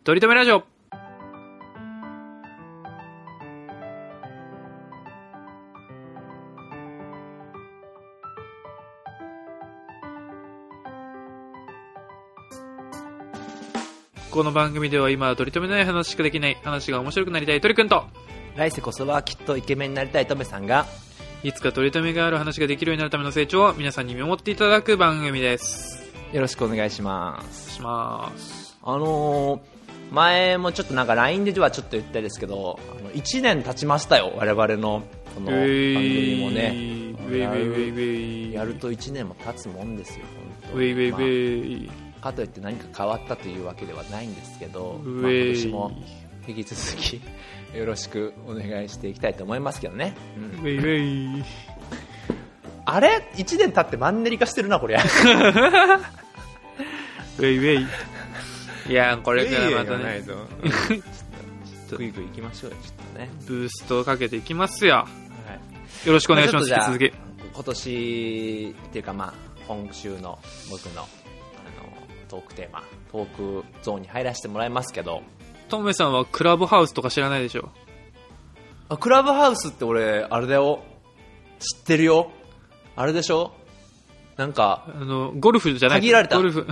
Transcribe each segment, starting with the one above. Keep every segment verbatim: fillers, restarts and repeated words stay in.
とりとめラジオ。この番組では今は取り留めない話しかできない、話が面白くなりたい鳥くんと、 来世こそはきっとイケメンになりたいトメさんが、 いつか取り留めがある話ができるようになるための成長を皆さんに見守っていただく番組です。 よろしくお願いします。 します。 あのー、前もちょっとなんか ライン ではちょっと言ったんですけど、あのいちねん経ちましたよ、我々のこの番組もね。 ウェイウェイウェイウェイやるといちねんも経つもんですよ、本当。 ウェイウェイウェイ、 まあ、かといって何か変わったというわけではないんですけど、 ウまあ、今ェイ、 年も引き続きよろしくお願いしていきたいと思いますけどね、うん、 ウェイウェイ。 あれいちねん経ってマンネリ化してるなこれ。 ウェイウェイ。いやー、これからまたね、 ちょっとグイグイ行きましょうよ、ちょっとね、 ブーストをかけていきますよ、 はい、 よろしくお願いします。 まあ、 引き続き今年っていうか、まあ今週の僕のあのトークテーマ、トークゾーンに入らせてもらいますけど、 トメさんはクラブハウスとか知らないでしょ。 あ、クラブハウスって俺あれだよ、知ってるよ。あれでしょ、なんかあのゴルフじゃない、 限られたゴルフ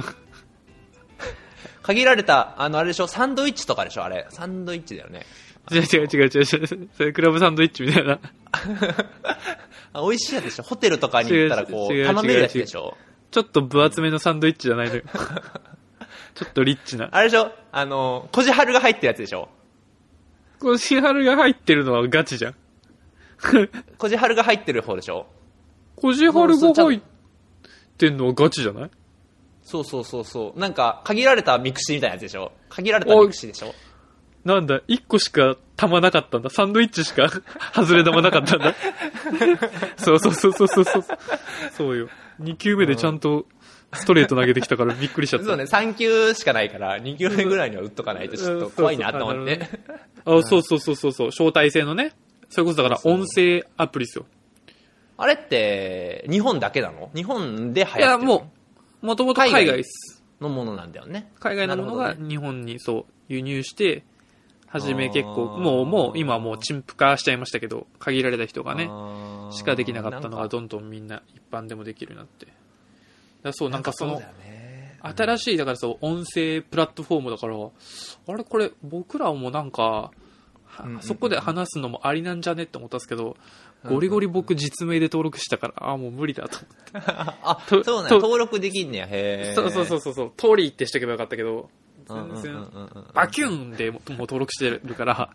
限られた、あのあれでしょ、サンドイッチとかでしょ、あれサンドイッチだよね。 違う違う違う違う違う、それクラブサンドイッチみたいなあ、美味しいやつでしょ、ホテルとかに行ったらこう頼めるやつでしょ。 ちょっと分厚めのサンドイッチじゃないのよちょっとリッチな、 あれでしょ、あのコジハルが入ってるやつでしょ。 コジハルが入ってるのはガチじゃんコジハルが入ってる方でしょ。 コジハルが入ってんのはガチじゃない。 そうそうそうそう、なんか限られたミクシーみたいなやつでしょ。限られたミクシーでしょ。 なんだ、いっこしか玉なかったんだ、サンドイッチしか外れ玉なかったんだそうそうそうそうそうそうそうよ、に球目でちゃんとストレート投げてきたからびっくりしちゃった。 そうね、さん球しかないからに球目ぐらいには打っとかないとちょっと怖いなと思って。 あ、そうそうそうそうそう、招待制のね、それこそだから音声アプリですよ。 あれって日本だけなの？日本で流行ってるの？ いや、もうもともと海外ですのものなんだよね。 海外のものが日本にそう輸入して、初め結構もうもう今はもう陳腐化しちゃいましたけど、限られた人がねしかできなかったのがどんどんみんな一般でもできるようになって、だからそう、なんかその新しい、だからそう音声プラットフォームだから、あれこれ僕らもなんかそこで話すのもありなんじゃねって思ったんですけど、ゴリゴリ僕実名で登録したから、あ、もう無理だと思ってあ、そうね、登録できんねや。へー。 そうそうそうそう、トーリーってしとけばよかったけど、全然バキューンでもう登録してるから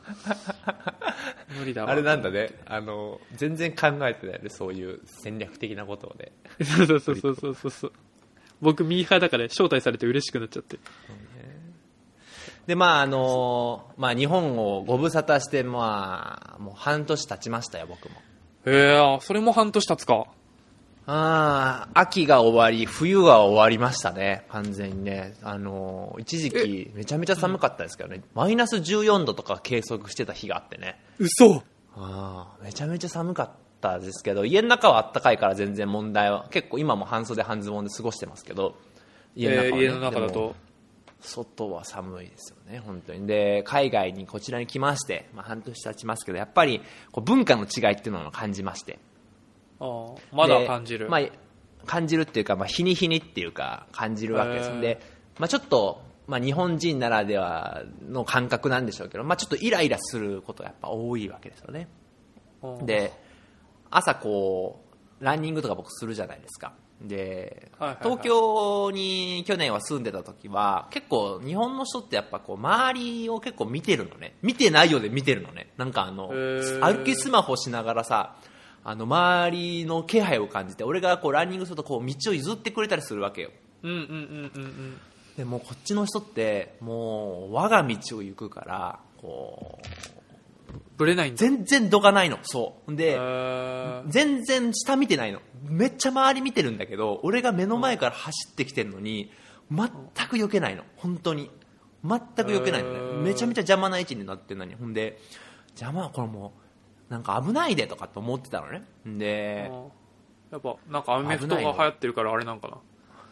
無理だわ。 あれなんだね、あの全然考えてないね、そういう戦略的なことをね。 そうそうそうそうそうそう、僕ミーハーだから招待されて嬉しくなっちゃって。 で、まああのまあ日本をご無沙汰して、まあもう半年経ちましたよ、僕も。 へえ、それも半年経つか。 ああ、秋が終わり冬が終わりましたね、完全にね。あの一時期めちゃめちゃ寒かったですけどね、うん、マイナスじゅうよんどとか計測してた日があってね。 嘘。 ああ、めちゃめちゃ寒かったですけど、家の中は暖かいから全然問題は、結構今も半袖半ズボンで過ごしてますけど、 家の中は、ね、えー、家の中だと外は寒いですよね、本当に。で、海外にこちらに来まして、まあ、半年経ちますけど、やっぱりこう文化の違いっていうのを感じまして。 あ、まだ感じる。 まあ、感じるっていうか、まあ、日に日にっていうか感じるわけです。で、まあ、ちょっと、まあ、日本人ならではの感覚なんでしょうけど、まあ、ちょっとイライラすることがやっぱ多いわけですよね。で、朝こうランニングとか僕するじゃないですか。で、はいはいはい、東京に去年は住んでた時は結構日本の人ってやっぱこう周りを結構見てるのね。見てないようで見てるのね。なんかあの歩きスマホしながらさ、あの周りの気配を感じて、俺がこうランニングするとこう道を譲ってくれたりするわけよ。 うんうんうんうんうん。 でもうこっちの人ってもう我が道を行くからこうぶれないんだ。 全然どかないの。そうで、全然下見てないの。めっちゃ周り見てるんだけど、俺が目の前から走ってきてるのに全く避けないの。本当に全く避けないのね。めちゃめちゃ邪魔な位置になってるのに、ほんで邪魔、これもうなんか危ないでとかって思ってたのね。で、 やっぱなんかアメフトが流行ってるからあれなんかな。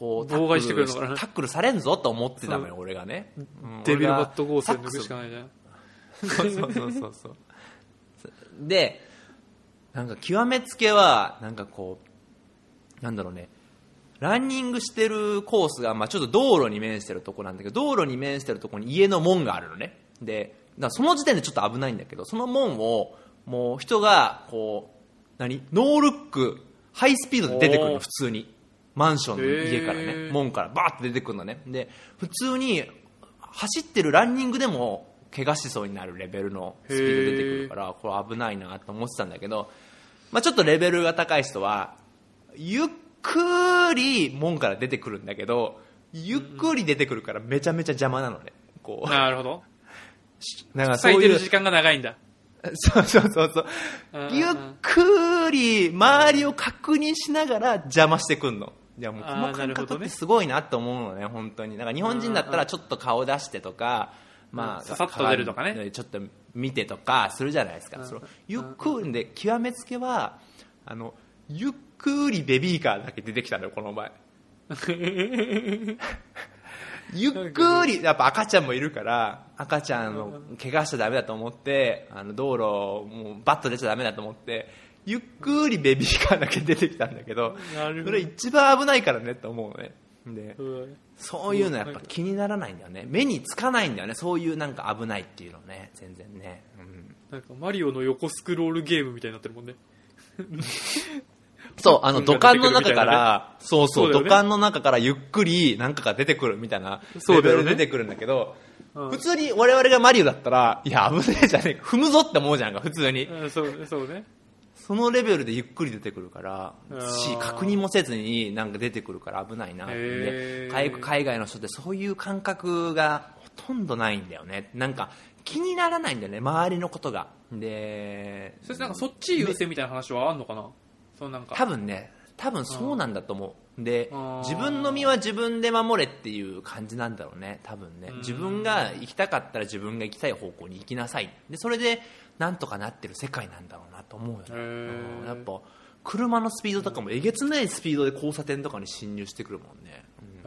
こう妨害してくるのかな。 タックルされんぞと思ってたのよ俺がね、うん、 デビルバットゴースト抜くしかないじゃん。 そうそうそうそうそうでなんか極めつけはなんかこうなんだろうね、ランニングしてるコースが、まあ、ちょっと道路に面してるとこなんだけど、道路に面してるとこに家の門があるのね。でだからその時点でちょっと危ないんだけど、その門をもう人がこう何ノールックハイスピードで出てくるの、普通にマンションの家からね、門からバーって出てくるのね。で普通に走ってるランニングでも怪我しそうになるレベルのスピード出てくるから、これ危ないなと思ってたんだけど、まあ、ちょっとレベルが高い人はゆっくり門から出てくるんだけど、ゆっくり出てくるからめちゃめちゃ邪魔なのね。こうなるほど。 なんかそういう咲いてる時間が長いんだ。 そうそうそうそう。ゆっくり周りを確認しながら邪魔してくんの。いやもうこの感覚ってすごいなと思うのね、本当に。だから日本人だったらちょっと顔出してとか、まあ、 ささっと出るとかね、 ちょっと見てとかするじゃないですか。そのゆっくりで極めつけはあのゆっくりベビーカーだけ出てきたのよこの前。ゆっくりやっぱ赤ちゃんもいるから赤ちゃんの怪我しちゃダメだと思ってあの道路もうバッと出ちゃダメだと思ってゆっくりベビーカーだけ出てきたんだけど、それ一番危ないからねと思うのね。でそういうのやっぱ気にならないんだよね、目につかないんだよね、そういうなんか危ないっていうのね全然ね、うん、 なんかマリオの横スクロールゲームみたいになってるもんね。 そうあの土管の中から、ね、そうそう、 そうだよね、 土管の中からゆっくりなんかが出てくるみたいなレベルで出てくるんだけど、うん、普通に我々がマリオだったらいや危ねえじゃねえか踏むぞって思うじゃんか普通に、 うん、そうそうね、 そのレベルでゆっくり出てくるからし確認もせずになんか出てくるから危ないなって、海外の人ってそういう感覚がほとんどないんだよね。なんか気にならないんだよね周りのことが。でそしてなんかそっち優先みたいな話はあんのかな。そうなんか多分ね多分そうなんだと思う。で自分の身は自分で守れっていう感じなんだろうね多分ね。自分が行きたかったら自分が行きたい方向に行きなさいで、それでなんとかなってる世界なんだろうなと思うよね。うん、やっぱ車のスピードとかもえげつないスピードで交差点とかに進入してくるもんね、うん、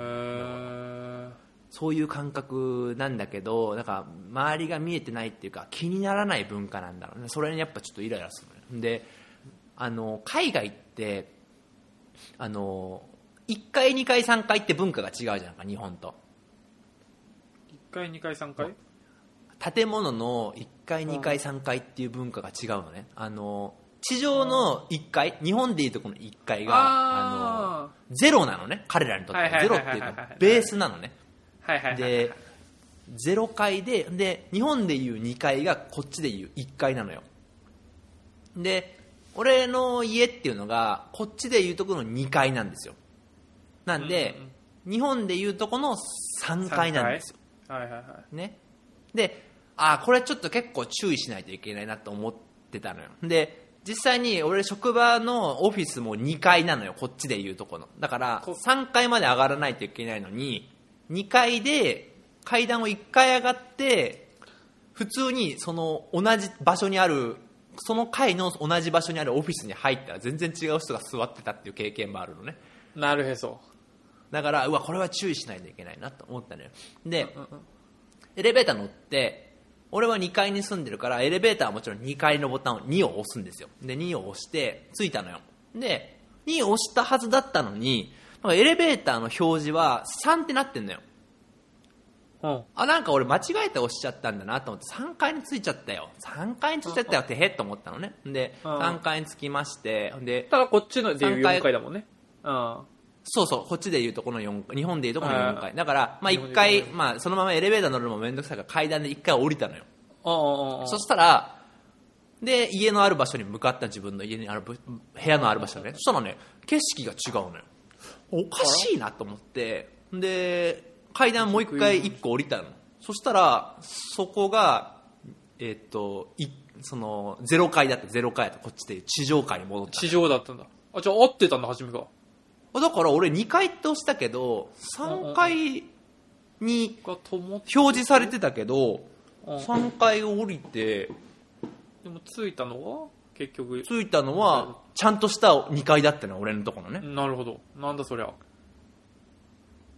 そういう感覚なんだけど、なんか周りが見えてないっていうか気にならない文化なんだろうね。それにやっぱちょっとイライラする。であの海外ってあのいっかいにかいさんかいって文化が違うじゃんか日本と。 いっかいにかいさんかい建物のいっかいにかいさんかいっていう文化が違うのね。あの地上のいっかい、日本でいうとこのいっかいがあのゼロなのね彼らにとっては。ゼロっていうかベースなのね。でゼロかいでで日本でいうにかいがこっちでいういっかいなのよ。で俺の家っていうのがこっちでいうとこのにかいなんですよ。なんで、うんうん、日本でいうとこのさんかいなんですよ。 はいはいはいね。で、あこれちょっと結構注意しないといけないなと思ってたのよ。で実際に俺職場のオフィスもにかいなのよこっちでいうとこの。だからさんかいまで上がらないといけないのににかいで階段をいっかい上がって普通にその同じ場所にあるその階の同じ場所にあるオフィスに入ったら全然違う人が座ってたっていう経験もあるのね。 なるへそ。 だからうわこれは注意しないといけないなと思ったのよ。で、うんうんうん、エレベーター乗って俺はにかいに住んでるからエレベーターはもちろんにかいのボタンをにを押すんですよ。でにを押して着いたのよ。でにを押したはずだったのにエレベーターの表示はさんってなってんのよ。うん、あなんか俺間違えて押しちゃったんだなと思ってさんかいに着いちゃったよさんかいに着いちゃったよってへっと思ったのね。でさんかいに着きましてでただこっちのでいうよんかいだもんね。うん、 そうそうこっちでいうとこのよんかい日本でいうとこのよんかいだから、まあ、いっかい、まあ、そのままエレベーター乗るのもめんどくさいから階段でいっかい降りたのよ。ああそしたらで家のある場所に向かった自分の家にある部屋のある場所ね。そしたらね景色が違うのよ。おかしいなと思ってで階段もう一回一個降りたの。そしたらそこがえっといそのゼロかいだったゼロかいだったこっちで地上階に戻った。 地上だったんだ。あじゃあ合ってたんだ初めが。 だから俺にかいって押したけどさんかいに表示されてたけどさんかい降りてでも着いたのは結局着いたのはちゃんとしたにかいだったの俺のところね。 なるほどなんだそりゃ。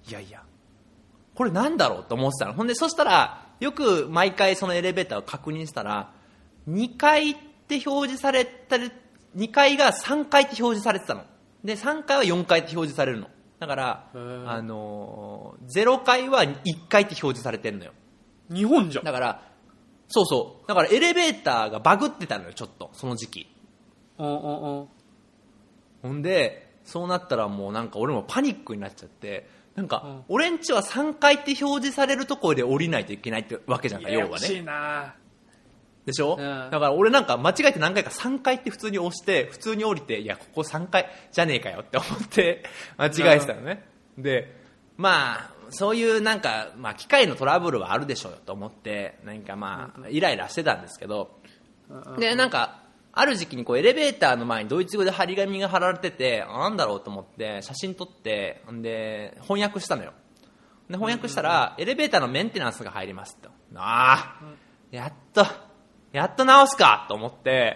いやいやこれなんだろうと思ってたの。ほんでそしたらよく毎回そのエレベーターを確認したらにかいって表示されたりにかいがさんかいって表示されてたのでさんかいはよんかいって表示されるのだからあのー、ゼロかいはいっかいって表示されてるのよ。 日本じゃん。 だからそうそうだからエレベーターがバグってたのよちょっとその時期。 うんうんうん。 ほんでそうなったらもうなんか俺もパニックになっちゃってなんか、うん、俺んちはさんかいって表示されるところで降りないといけないってわけじゃんか要はね。 欲しいなでしょ、うん、だから俺なんか間違えて何回かさんかいって普通に押して普通に降りていやここさんかいじゃねえかよって思って間違えてたのね、うん、でまあそういうなんか、まあ、機械のトラブルはあるでしょうよと思ってなんかまあイライラしてたんですけど、うん、でなんかある時期にこうエレベーターの前にドイツ語で張り紙が貼られててなんだろうと思って写真撮ってで翻訳したのよ。で翻訳したら、うん、エレベーターのメンテナンスが入りますとああ、うん、やっとやっと直すかと思って、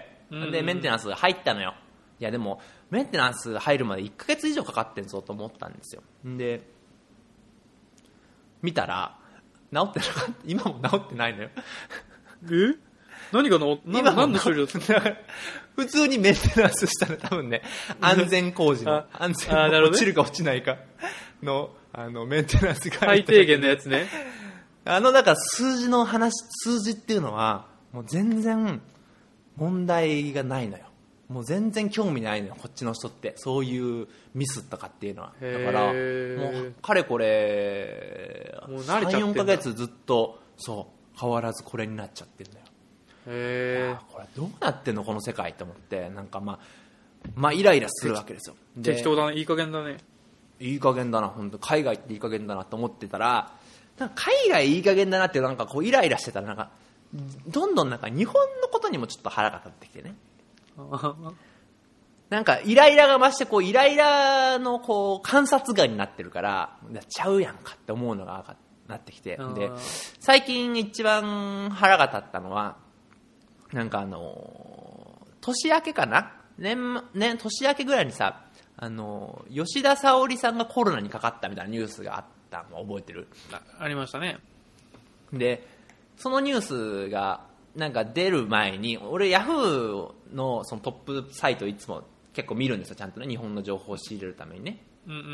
うん、でメンテナンスが入ったのよ。いやでもメンテナンス入るまでいっかげつ以上かかってんぞと思ったんですよ。で見たら治ってなかった今も治ってないのよ。 え何が治って今何の処理だった普通にメンテナンスしたら多分ね安全工事の安全が落ちるか落ちないかのあのメンテナンスが最低限のやつね。 あのだから数字の話数字っていうのはもう全然問題がないのよ。もう全然興味ないのよこっちの人ってそういうミスとかっていうのは。だからもうかれこれさん、よんかげつずっとそう変わらずこれになっちゃってるんだよ。 へこれどうなってんのこの世界と思ってなんかまあまあイライラするわけですよ。 適当だねいい加減だね。 いい加減だな本当海外っていい加減だなと思ってたらなんか海外いい加減だなってなんかこうイライラしてたらなんかどんどんなんか日本のことにもちょっと腹が立ってきてねなんかイライラが増してこうイライラのこう観察眼になってるからやっちゃうやんかって思うのがなってきてで最近一番腹が立ったのはなんかあの年明けかな 年, 年年明けぐらいにさあの吉田沙保里さんがコロナにかかったみたいなニュースがあったの覚えてる？ あ, ありましたね。 でそのニュースがなんか出る前に俺ヤフー の, そのトップサイトいつも結構見るんですよちゃんとね日本の情報を仕入れるためにね、 うんうんうんうん、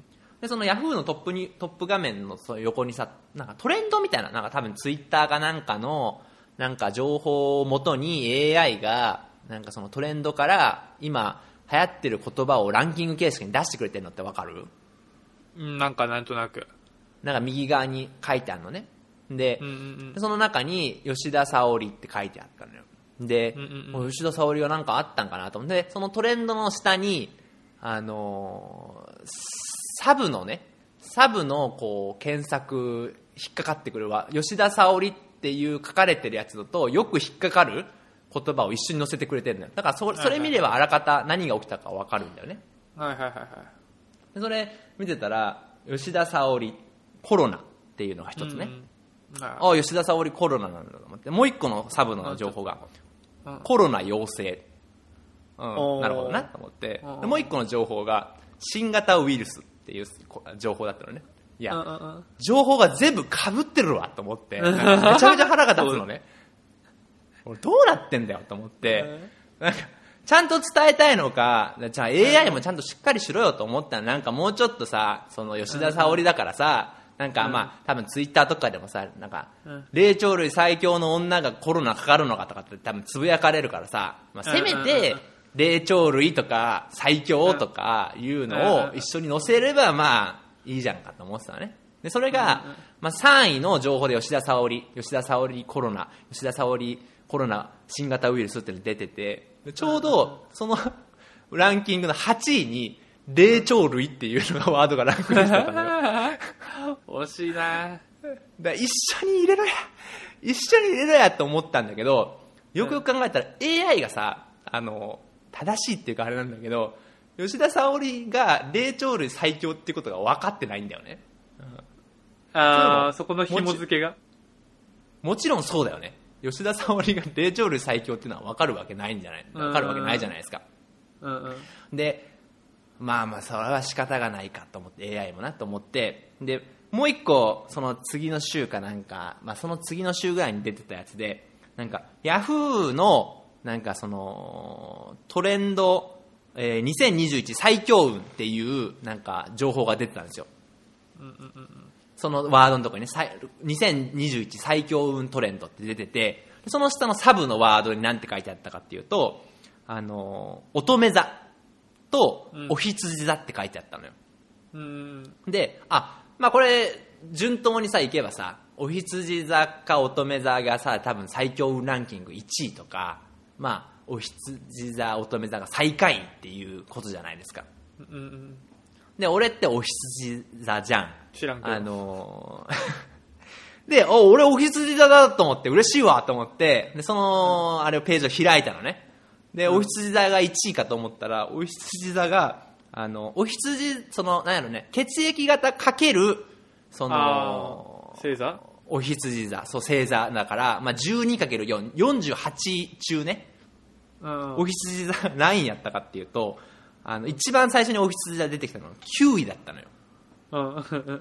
でそのヤフーのトップにトップ画面のその横にさなんかトレンドみたいななんか多分ツイッターかなんかのなんか情報をもとに エーアイ がなんかそのトレンドから今流行ってる言葉をランキング形式に出してくれてるのってわかる？ なんかなんとなくなんか右側に書いてあるのね。で、うんうんうん、その中に吉田沙保里って書いてあったのよ。で、うんうんうん、吉田沙保里はなんかあったんかなと思ってそのトレンドの下にあのー、サブのねサブのこう検索引っかかってくるわ吉田沙保里っていう書かれてるやつだとよく引っかかる言葉を一緒に載せてくれてるのよ。だから そ, それ見ればあらかた何が起きたか分かるんだよね。 はいはいはいはい。 でそれ見てたら吉田沙保里コロナっていうのが一つね、うん、ああ吉田沙保里コロナなんだと思ってもう一個のサブの情報がコロナ陽性、うん、なるほどなと思ってもう一個の情報が新型ウイルスっていう情報だったのね。いや情報が全部被ってるわと思ってめちゃめちゃ腹が立つのね俺どうなってんだよと思ってなんかちゃんと伝えたいのかじゃあ エーアイ もちゃんとしっかりしろよと思ったらなんかもうちょっとさその吉田沙保里だからさなんかまあ多分ツイッターとかでもさなんか霊長類最強の女がコロナかかるのかとかって多分つぶやかれるからさ、まあ、せめて霊長類とか最強とかいうのを一緒に載せればまあいいじゃんかと思ってたのね。でそれがまあさんいの情報で吉田沙保里吉田沙保里コロナ吉田沙保里コロナ新型ウイルスっての出ててちょうどそのランキングのはちいに霊長類っていうのがワードがランクインしてたのよ惜しいなだ一緒に入れろや一緒に入れろやと思ったんだけどよくよく考えたら エーアイ がさあの正しいっていうかあれなんだけど吉田沙保里が霊長類最強っていうことが分かってないんだよね、うん、 ああそこの紐付けが も, もちろんそうだよね。吉田沙保里が霊長類最強っていうのは分かるわけないんじゃない分かるわけないじゃないですか、うんうん、でまあまあそれは仕方がないかと思って エーアイ もなと思って、でもう一個その次の週かなんか、まあ、その次の週ぐらいに出てたやつで、なんかヤフーのなんかそのトレンド、えー、にせんにじゅういち最強運っていうなんか情報が出てたんですよ。 うんうんうん、 そのワードのところにね、にせんにじゅういち最強運トレンドって出てて、その下のサブのワードに何て書いてあったかっていうと、あの乙女座とお羊座って書いてあったのよ。 うん、 で、あ、まあこれ順当にさいけばさ、お羊座か乙女座がさ多分最強運ランキングいちいとか、まあお羊座乙女座が最下位っていうことじゃないですか。 うんうん、 で俺ってお羊座じゃん。 知らんけど。 あのー、で、お俺お羊座だと思って嬉しいわと思って、でその、うん、あれをページを開いたのね。で、お羊座がいちいかと思ったら、お羊座があのお羊、そのなんやろね、血液型かけるその星座、 お羊座、そう星座だから、まあ、じゅうにかけるよん、よんじゅうはち中ね、うん、お羊座が何位やったかっていうと、あの一番最初にお羊座出てきたのがきゅういだったのよ。うん、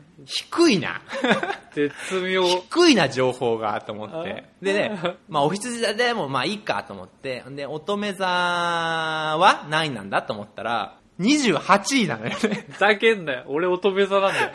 低いな絶妙、 低いな情報がと思って、でね、まあ、お羊座でもまあいいかと思って、で乙女座は何位なんだと思ったらにじゅうはちいなのよね。 ふざけんなよ、俺乙女座なんだよ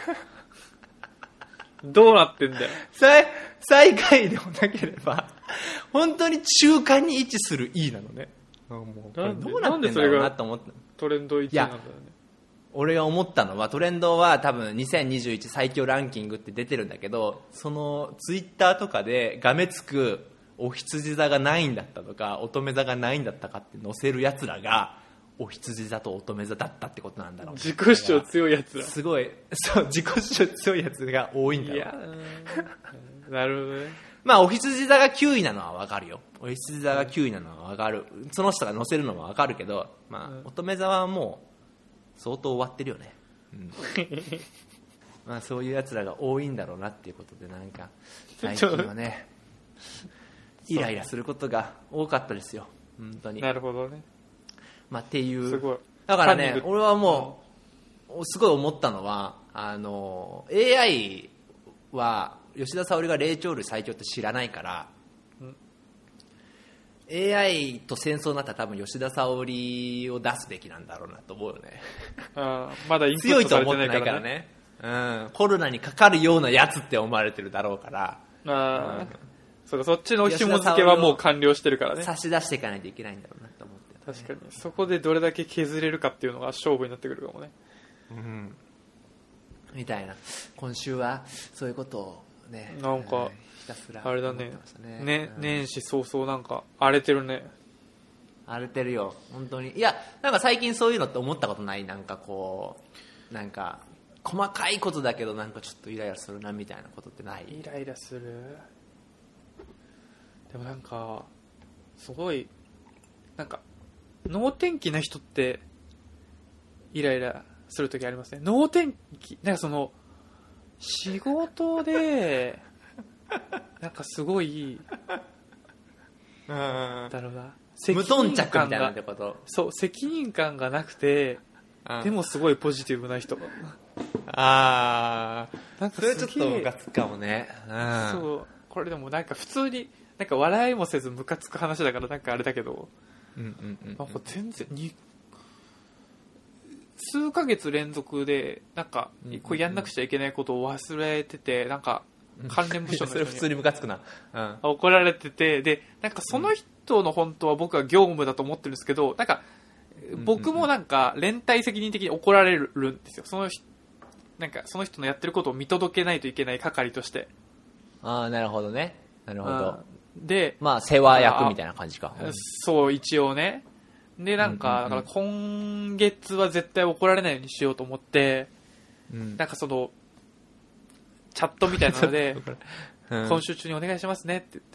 どうなってんだよ。 最最下位でもなければ本当に中間に位置する いいなのね。もうこれどうなってんだろうなと思った。 トレンドいちいなんだよね。 俺が思ったのは、トレンドは多分にせんにじゅういち最強ランキングって出てるんだけど、そのツイッターとかでがめつくお羊座がないんだったとか乙女座がないんだったかって載せるやつらがお羊座と乙女座だったってことなんだろう。 自己主張強いやつら、 すごい、そう、自己主張強いやつが多いんだろう。いやなるほどね。 まあお羊座がきゅういなのはわかるよ。お羊座がきゅういなのはわかる。その人が載せるのもわかるけど、まあ、うん、乙女座はもう相当終わってるよね。うん、まあそういうやつらが多いんだろうなっていうことで、なんか最近はねイライラすることが多かったですよ。本当に。 なるほどね。 まあ、っていうすごい。 だからね、俺はもうすごい思ったのは、あの エーアイ は吉田沙保里が霊長類最強って知らないから、うん、エーアイ と戦争になったら多分吉田沙保里を出すべきなんだろうなと思うよね。 あ、まだインプットされてないからね。強いと思ってないからね、 うん、コロナにかかるようなやつって思われてるだろうから、 あ、うん、そうか、そっちの紐付けはもう完了してるからね。 差し出していかないといけないんだろうなと思って、ね、 確かにそこでどれだけ削れるかっていうのが勝負になってくるかもね、 うん、みたいな。今週はそういうことをね、 なんかひたすらあれだね、ね、うん、年始早々なんか荒れてるね。 荒れてるよ本当に。いや、なんか最近そういうのって思ったことない？なんかこう、なんか細かいことだけどなんかちょっとイライラするなみたいなことってない？ イライラする。でもなんかすごいなんか能天気な人ってイライラするときありますね。能天気、なんかその仕事でなんかすごいだろうな、 無頓着みたいなってこと。 そう、責任感がなくてでもすごいポジティブな人。 ああ、なんかそれちょっとムカつくかもね。 うん、そう、これでもなんか普通になんか笑いもせずムカつく話だからなんかあれだけど、うんうんうんうん、なんか全然に数ヶ月連続でなんかこれやんなくちゃいけないことを忘れてて、なんか関連部署の人にそれ普通にムカつくな、 うん、怒られてて、でなんかその人の本当は僕は業務だと思ってるんですけど、なんか僕もなんか連帯責任的に怒られるんですよ。そのなんかその人のやってることを見届けないといけない係として。 ああ、なるほどね、なるほど。 で、 まあ世話役みたいな感じか。 そう、一応ね。でなんか、うんうんうん、だから今月は絶対怒られないようにしようと思って、うん、なんかそのチャットみたいなので、うん、今週中にお願いしますねって言って、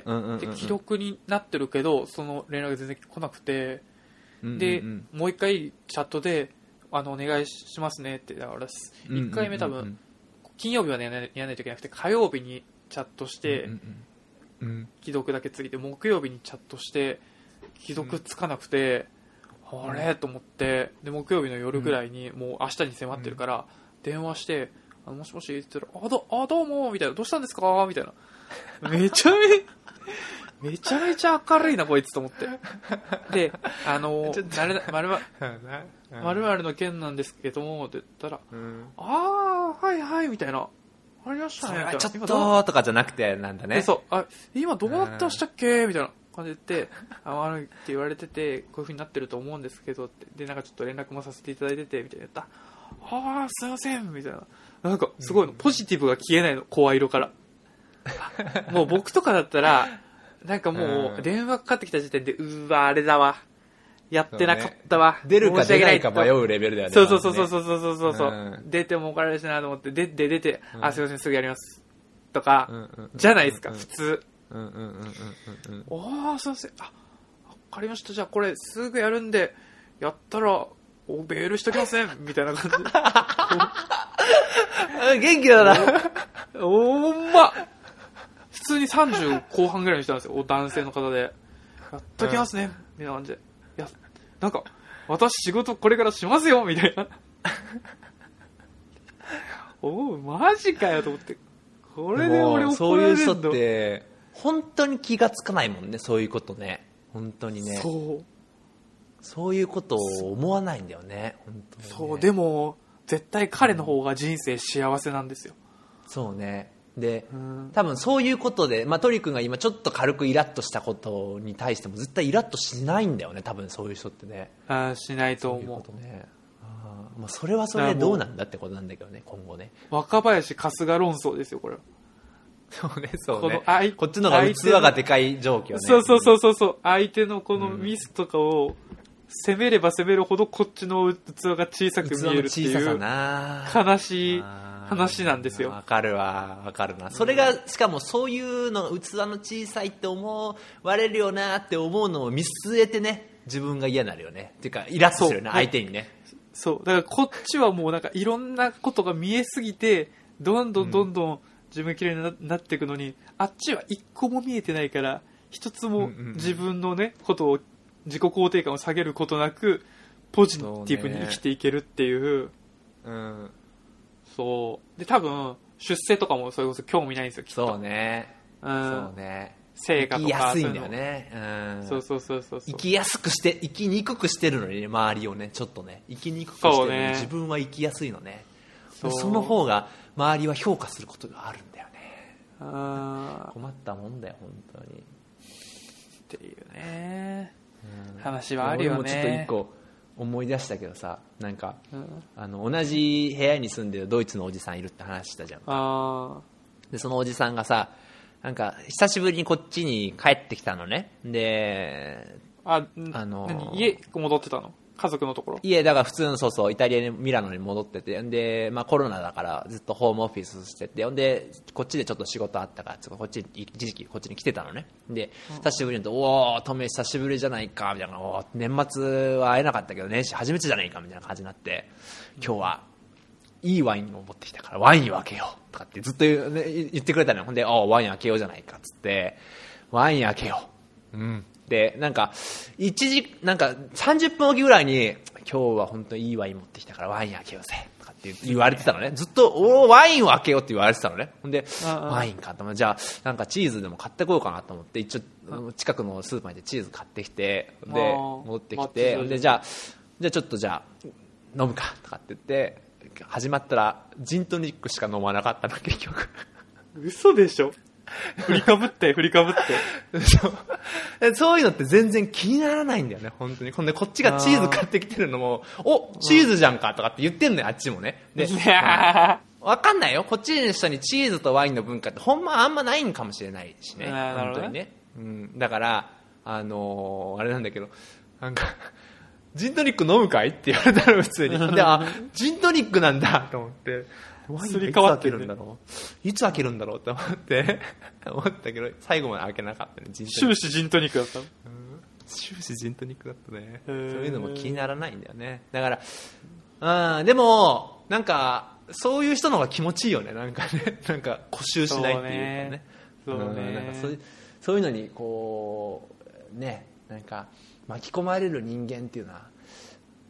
うんうんうんうん、で記録になってるけどその連絡が全然来なくて、うんうんうん、でもう一回チャットであのお願いしますねって、だからいっかいめ多分、うんうんうん、金曜日はねやらないといけなくて火曜日にチャットして、うんうんうん、既読だけついて木曜日にチャットして既読つかなくて、 あれと思って、で木曜日の夜ぐらいにもう明日に迫ってるから電話して、あのもしもしって言ったら、あどあどうもみたいな、どうしたんですかみたいな、めちゃめめちゃめちゃ明るいなこいつと思って、であのなるまるまるまるの件なんですけどもって言ったら、うん、ああはいはいみたいな、ありましたねみたいな、 ちょっととかじゃなくてなんだね、 でそうあ今どうなってましたっけみたいな感じで言って、あ悪いって言われててこういう風になってると思うんですけどって、でなんかちょっと連絡もさせていただいててみたいな言ったら、ああすいませんみたいな、なんかすごいの、ポジティブが消えないの、声色からもう僕とかだったらなんかもう電話かかってきた時点で、うわあれだわやってなかったわ、 ね、出るか出ないか迷うレベルだよね。 そうそうそうそうそうそうそうそう、うん、出てもおかれるしなと思って、出て出て、うん、あすいませんすぐやりますとか、うんうんうん、じゃないですか、うんうん、普通。うんうんうんうんうん、おーすいません、あわかりました、じゃあこれすぐやるんでやったらおメールしときませんみたいな感じ元気だなおほんま普通にさんじゅう後半ぐらいにしたんですよ、男性の方で、やっときますね、うん、みたいな感じで、いやなんか私仕事これからしますよみたいなおおマジかよと思って、これで俺怒られるの。 そういう人って本当に気がつかないもんね、そういうことね、本当にね、 そうそういうことを思わないんだよね、本当にね。 そうでも絶対彼の方が人生幸せなんですよ。 そうね、で、うん、多分そういうことで、まあ、トリ君が今ちょっと軽くイラッとしたことに対しても絶対イラッとしないんだよね、多分そういう人ってね。 あしないと思う。 そういうことね、あ、まあ、それはそれでどうなんだってことなんだけどね、今後ね。 若林春日論争ですよこれは。 そうね、そうね、 このこっちの方が器がでかい状況ね。 そうそうそうそうそう、相手のこのミスとかを攻めれば攻めるほどこっちの器が小さく見えるっていう悲しい話なんですよ。 わかるわ、わかるな。それがしかもそういうの器の小さいって思われるよなって思うのを見据えてね、自分が嫌になるよね。っていうかイラッとするよね、相手にね。 そうだからこっちはもうなんかいろんなことが見えすぎてどんどんどんどん自分嫌いになっていくのに、うん、あっちは一個も見えてないから一つも自分のねことを自己肯定感を下げることなくポジティブに生きていけるっていう、 うん、 そうで多分出世とかもそれこそ興味ないんですよきっと。 そうね、うん、そうね、 成果とか生きやすいんだよね、 うん、そうそうそうそう、 生きやすくして生きにくくしてるのに、ね、周りをねちょっとね生きにくくしてるのに、ね、自分は生きやすいのね。 そ, その方が周りは評価することがあるんだよね。あ困ったもんだよ本当にっていうね、うん、話はあるよね。 俺もちょっと一個思い出したけどさ、なんか、うん、あの同じ部屋に住んでるドイツのおじさんいるって話したじゃん。 あでそのおじさんがさ、なんか久しぶりにこっちに帰ってきたのね。で、 あ、あの何家戻ってたの？家族のところ？ 家だから普通の、そうそう、イタリアにミラノに戻ってて、で、まあ、コロナだからずっとホームオフィスしてて、でこっちでちょっと仕事あったからこっち一時期こっちに来てたのね。で久しぶりに言うと、おートメ久しぶりじゃないかみたいな、お年末は会えなかったけど年始初めてじゃないかみたいな感じになって、今日はいいワインを持ってきたからワインを開けようとかってずっと言う、ね、言ってくれたのよ。ほんで、おワイン開けようじゃないかっつって、ワイン開けよう、うんでなんか一時なんかさんじゅっぷんおきぐらいに、今日は本当にいいワイン持ってきたからワイン開けようぜとかって言われてたのね。ずっとおワインを開けようって言われてたのね。ほんでワインかと思って、じゃあなんかチーズでも買ってこようかなと思って、一応近くのスーパーでチーズ買ってきて、で持ってきて、でじゃあじゃあちょっとじゃあ飲むかとかって言って始まったらジントニックしか飲まなかったの結局。 嘘でしょ。振りかぶって振りかぶってそうそういうのって全然気にならないんだよね本当に。ほんでこっちがチーズ買ってきてるのも、おチーズじゃんかとかって言ってんのよあっちもね。で分かんないよ、こっちの人にチーズとワインの文化ってほんまあんまないんかもしれないしね、本当にね、うん、だからあのー、あれなんだけど、なんかジントニック飲むかいって言われたら普通にで、あジントニックなんだと思って、ワインいつ開けるんだろういつ開けるんだろうって思って思ったけど最後まで開けなかったね。 ジントニック終始ジントニックだったの、うん、 終始ジントニックだったね。そういうのも気にならないんだよね。だからうんでもなんかそういう人の方が気持ちいいよね。なんかねなんか固執しないっていうかね。 そうね、そうね、 うん、なんかそういうそういうのにこうねなんか巻き込まれる人間っていうのは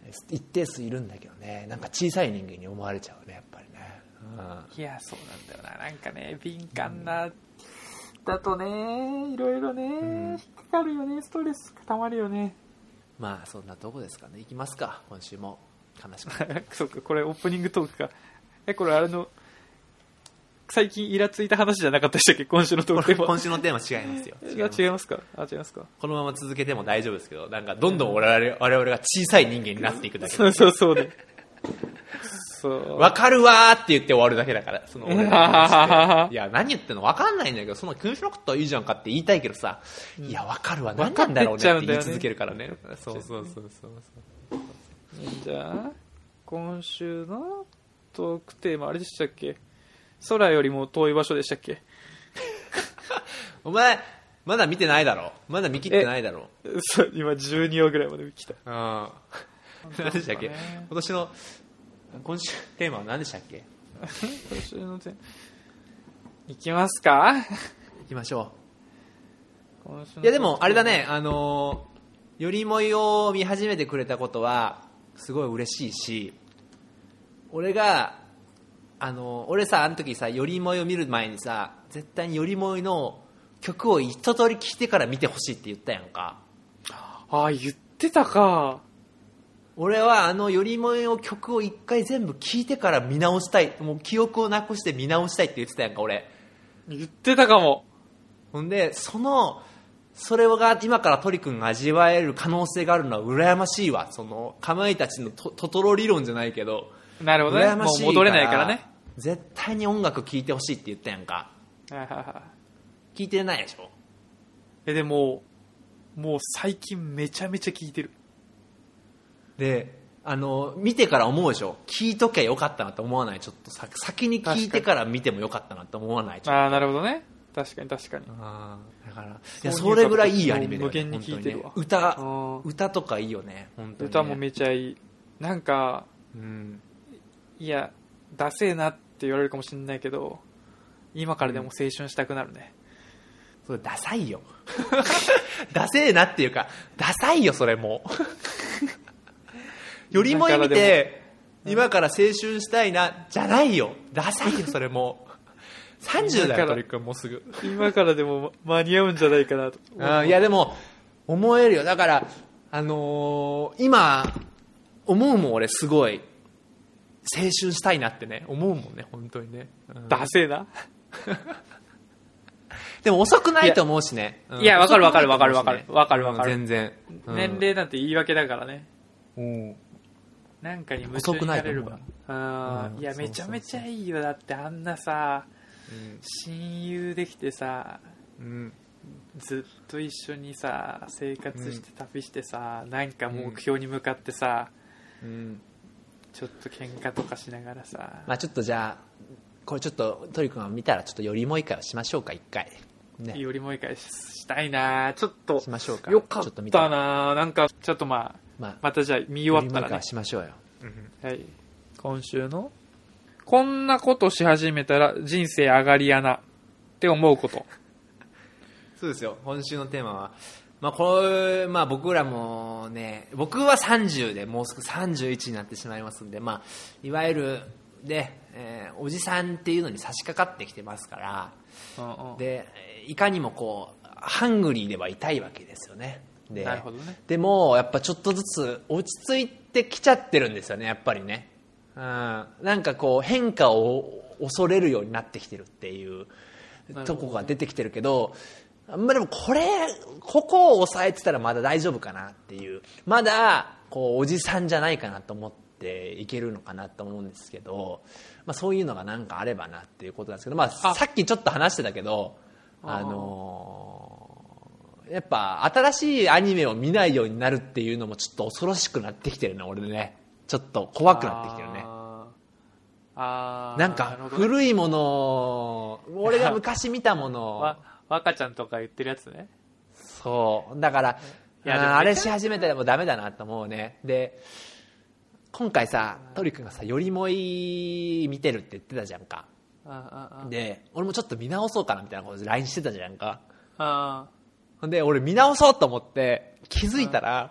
一定数いるんだけどね、なんか小さい人間に思われちゃうねやっぱりね、 うん、いやそうなんだよな、なんかね敏感な、うん、だとねいろいろね、うん、引っかかるよね、ストレスたまるよね。 まあそんなとこですかね。行きますか今週も。悲しくそうか、これオープニングトークか。えこれあれの最近イラついた話じゃなかったでしたっけ、今週のトークテーマ。 今週のテーマ違いますよ。 違います。違いますか。あ、違いますか。 このまま続けても大丈夫ですけど、なんかどんどん我々、我々が小さい人間になっていくだけ。 そうそうそうね。そう。 わかるわーって言って終わるだけだから。その俺いや何言ってんのわかんないんだけど、そんな気にしなかったらいいじゃんかって言いたいけどさ、うん、いやわかるわ、何なんだろうねって言い続けるからね。そうそうそうそうそう。 じゃあ今週のトークテーマあれでしたっけ。空よりも遠い場所でしたっけ。 お前まだ見てないだろ。まだ見切ってないだろ。 そう今じゅうにわぐらいまで見切った。 ああ。何でしたっけ。今年の今週テーマは何でしたっけ。 今週のテーマいきますか。 行きましょう。いやでもあれだね、あのよりもいを見始めてくれたことはすごい嬉しいし、俺があの俺さあの時さよりもいを見る前にさ絶対によりもいの曲を一通り聴いてから見てほしいって言ったやんか。 ああ言ってたか。 俺はあのよりもいの曲を一回全部聴いてから見直したい、もう記憶をなくして見直したいって言ってたやんか俺。 言ってたかも。 ほんでそのそれが今からトリ君が味わえる可能性があるのは羨ましいわ。そのかまいたちのトトトロ理論じゃないけど。 なるほどね。もう戻れないからね。 絶対に音楽聴いてほしいって言ったやんか。聴いてないでしょ。 えでももう最近めちゃめちゃ聴いてる。 であの見てから思うでしょ。聴いときゃよかったなって思わない。ちょっとさ先に聴いてから見てもよかったなって思わない。 ああなるほどね。確かに確かに。 あだからいやそれぐらいいいアニメだよね。 無限に聴いてるわ。 ね、歌歌とかいいよね。本当にね、 歌もめちゃいい。なんか、 うん、いやダセえなって言われるかもしれないけど今からでも青春したくなるね、 うん、それダサいよダセえなっていうかダサいよそれもよりもい見て今から青春したいなじゃないよ。ダサいよそれもさんじゅうだよトリックもうすぐ。 今からでも間に合うんじゃないかなと。 あいやでも思えるよ。だからあのー、今思うもん俺すごい青春したいなってね思うもんね本当にね、 うん、ダセーなでも遅くないと思うしね。 いやわ、うん、かるわかるわかるわかるわかるわかる、 全然、 うん、年齢なんて言い訳だからね。 うんなんかに夢中になれるわ。あ、うん、いやめちゃめちゃいいよ。だってあんなさ、うん、親友できてさ、うん、ずっと一緒にさ生活して旅してさ、うん、なんか目標に向かってさ、うん、ちょっと喧嘩とかしながらさ、 まあちょっとじゃあこれちょっとトリ君が見たらちょっとよりもう一回はしましょうか一回、 ね、よりもう一回したいな。ちょっとしましょうか。 よかったな。なんかちょっとまあ、まあ、またじゃあ見終わったらねしましょうよ、 うん、はい。今週のこんなことし始めたら人生上がりやなって思うことそうですよ。今週のテーマは、まあこれまあ、僕らもね僕はさんじゅうでもうすぐさんじゅういちになってしまいますんで、まあ、いわゆるで、えー、おじさんっていうのに差し掛かってきてますから、うんうん、でいかにもこうハングリーではいたいわけですよね。で、 なるほどね。 でもやっぱちょっとずつ落ち着いてきちゃってるんですよねやっぱりね、うん、なんかこう変化を恐れるようになってきてるっていうとこが出てきてるけど、あんまりでもこれここを抑えてたらまだ大丈夫かなっていう、まだこうおじさんじゃないかなと思っていけるのかなと思うんですけど、まあ、そういうのがなんかあればなっていうことなんですけど、まあ、さっきちょっと話してたけどあのー、やっぱ新しいアニメを見ないようになるっていうのもちょっと恐ろしくなってきてるな俺ね。ちょっと怖くなってきてるね。 あなんか古いもの俺が昔見たもの若ちゃんとか言ってるやつね。 そうだからいやああれし始めたらもうダメだなと思うね。で今回さトリ君がさよりもい見てるって言ってたじゃんか。あああで俺もちょっと見直そうかなみたいなことで ライン してたじゃんか。あで俺見直そうと思って気づいたら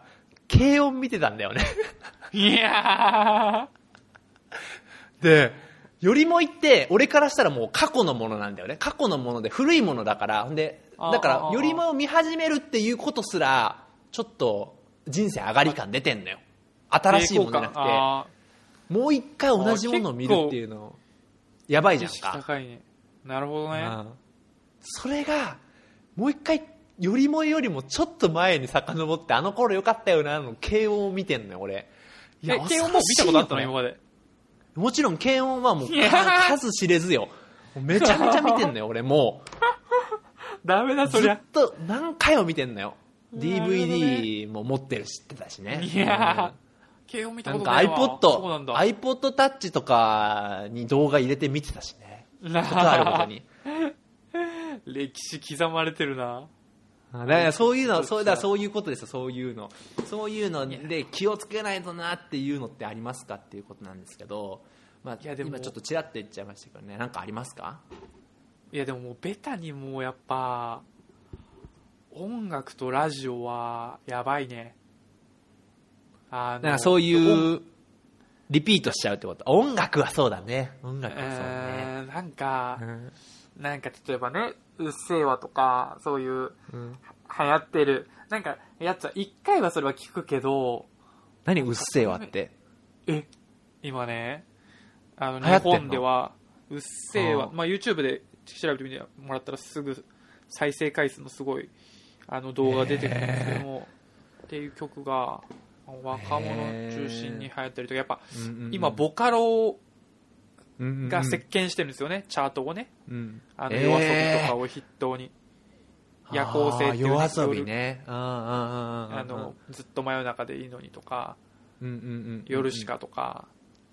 軽音見てたんだよねいやーでよりも言って俺からしたらもう過去のものなんだよね。過去のもので古いものだから。ほんでだからよりも見始めるっていうことすらちょっと人生上がり感出てんのよ。新しいものじゃなくてもう一回同じものを見るっていうのやばいじゃんか。 高いね。なるほどね。 それがもう一回よりもよりもちょっと前に遡ってあの頃よかったよなの軽音を見てんのよ俺。 いや軽音も見たことあったの今まで。 もちろん軽音はもう数知れずよ。めちゃめちゃ見てんのよ俺もうダメだそりゃ。 ずっと何回も見てんのよ。 ディーブイディー も持ってる知ってたしね。 いや軽音見たことないわ。 なんか iPod iPod Touch とかに動画入れて見てたしね。ことあることに歴史刻まれてるな。 だからそういうの、そうだそういうことですよ。そういうの、そういうので気をつけないとなっていうのってありますかっていうことなんですけど、まあ、いやでも今ちょっとちらっと言っちゃいましたけどね。なんかありますか？ いやでももうベタにもうやっぱ音楽とラジオはやばいね。あのなんかそういうリピートしちゃうってこと。音楽はそうだね。音楽はそうね。 えー、なんか、 うん、 なんか例えばね、うっせぇわとかそういう、うん、流行ってるなんかやつは一回はそれは聞くけど。 何うっせぇわって？ え今ねあの日本ではうっせぇわ、まあ YouTube で調べてみてもらったらすぐ再生回数のすごいあの動画出てくるんですけども、っていう曲が若者中心に流行ったりとか、やっぱ今ボカロが席巻してるんですよね、チャートをね、うん、あの夜遊びとかを筆頭に、夜行性っていう夜遊びね、 あのずっと真夜中でいいのにとか、夜しかとか、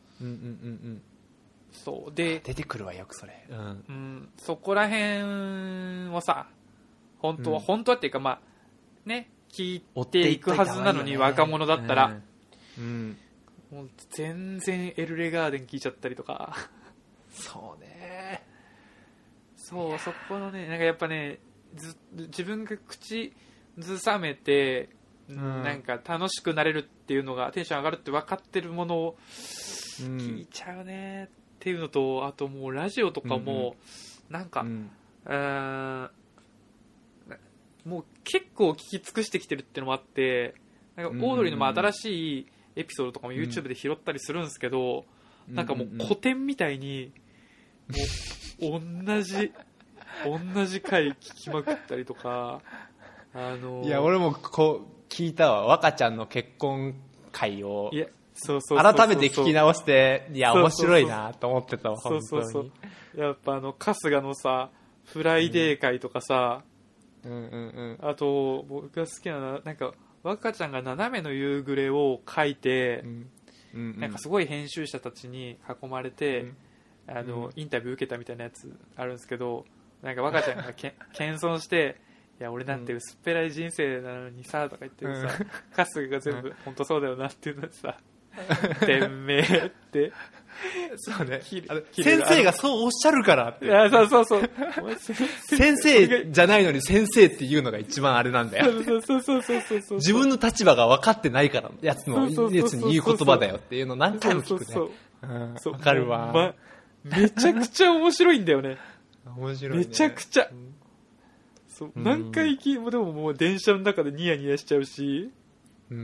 そうで出てくるわよくそれ、うんうん、そこら辺をさ本当は、うん、本当はっていうかまあね聞いていくはずなのに、ね、若者だったら、うん、もう全然エルレガーデン聞いちゃったりとかそうね、 そうそこのねなんかやっぱねず自分が口ずさめて、うん、なんか楽しくなれるっていうのがテンション上がるって分かってるものを聞いちゃうねっていうのと、あともうラジオとかもなんか、うん、あもう結構聞き尽くしてきてるっていうのもあって、なんかオードリーのまあ新しいエピソードとかも YouTube で拾ったりするんですけど、うん、なんかもう古典みたいにもう同じ同じ回聞きまくったりとか、あのー、 いや俺もこう聞いたわ、若ちゃんの結婚回を、いやそうそう改めて聞き直して、いや面白いなと思ってたわ。 そうそうそう、やっぱあの春日のさフライデー会とかさ、うんうんうんうん、あと僕が好きなのはなんか若ちゃんが斜めの夕暮れを書いて、うんうんうん、なんかすごい編集者たちに囲まれて、うん、あの、うん、インタビュー受けたみたいなやつあるんですけど、なんか若ちゃんがけ謙遜していや俺なんて薄っぺらい人生なのにさとか言ってるさ、うん、春日が全部、うん、本当そうだよなっていうのでさ店名ってそうね、先生がそうおっしゃるからって、 いやそうそうそう先生じゃないのに先生っていうのが一番あれなんだよ。 そうそうそうそうそうそう、 自分の立場が分かってないからやつのやつに言う言葉だよっていうの何回も聞くね。そうそうそう、分かるわ、 ま、めちゃくちゃ面白いんだよね。 面白いね、 めちゃくちゃ、うん、そう何回聞いもでももう電車の中でニヤニヤしちゃうし、うんうんうん、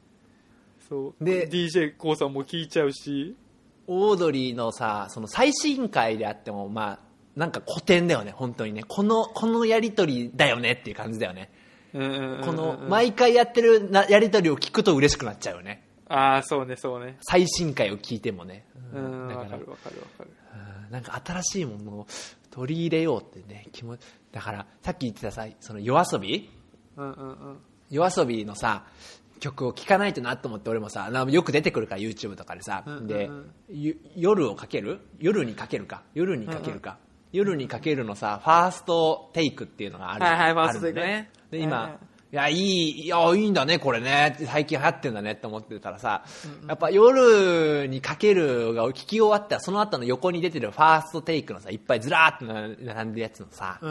そうで ディージェー コウさんも聞いちゃうし、 オードリーのさその最新回であってもまあなんか古典だよね本当にね、このこのやり取りだよねっていう感じだよね、うんうんうんうん、この毎回やってるなやり取りを聞くと嬉しくなっちゃうよね。 ああそうねそうね、 最新回を聞いてもね、 うん、わかるわかるわかる、 なんか新しいものを取り入れようってね気持ちだから、さっき言ってたさその夜遊び、うんうんうん、夜遊びのさ曲を聴かないとなと思って俺もさよく出てくるから YouTube とかでさ、うんうんうん、で夜をかける夜にかけるか夜にかけるか、うんうん、夜にかけるのさファーストテイクっていうのがある、 はいはい、ファーストテイクね。 で今、はいはい、いやいいいやいいんだねこれね最近流行ってんだねって思ってたらさ、うんうん、やっぱ夜にかけるが聞き終わったらその後の横に出てるファーストテイクのさいっぱいずらーっと並んでるやつのさ、うん、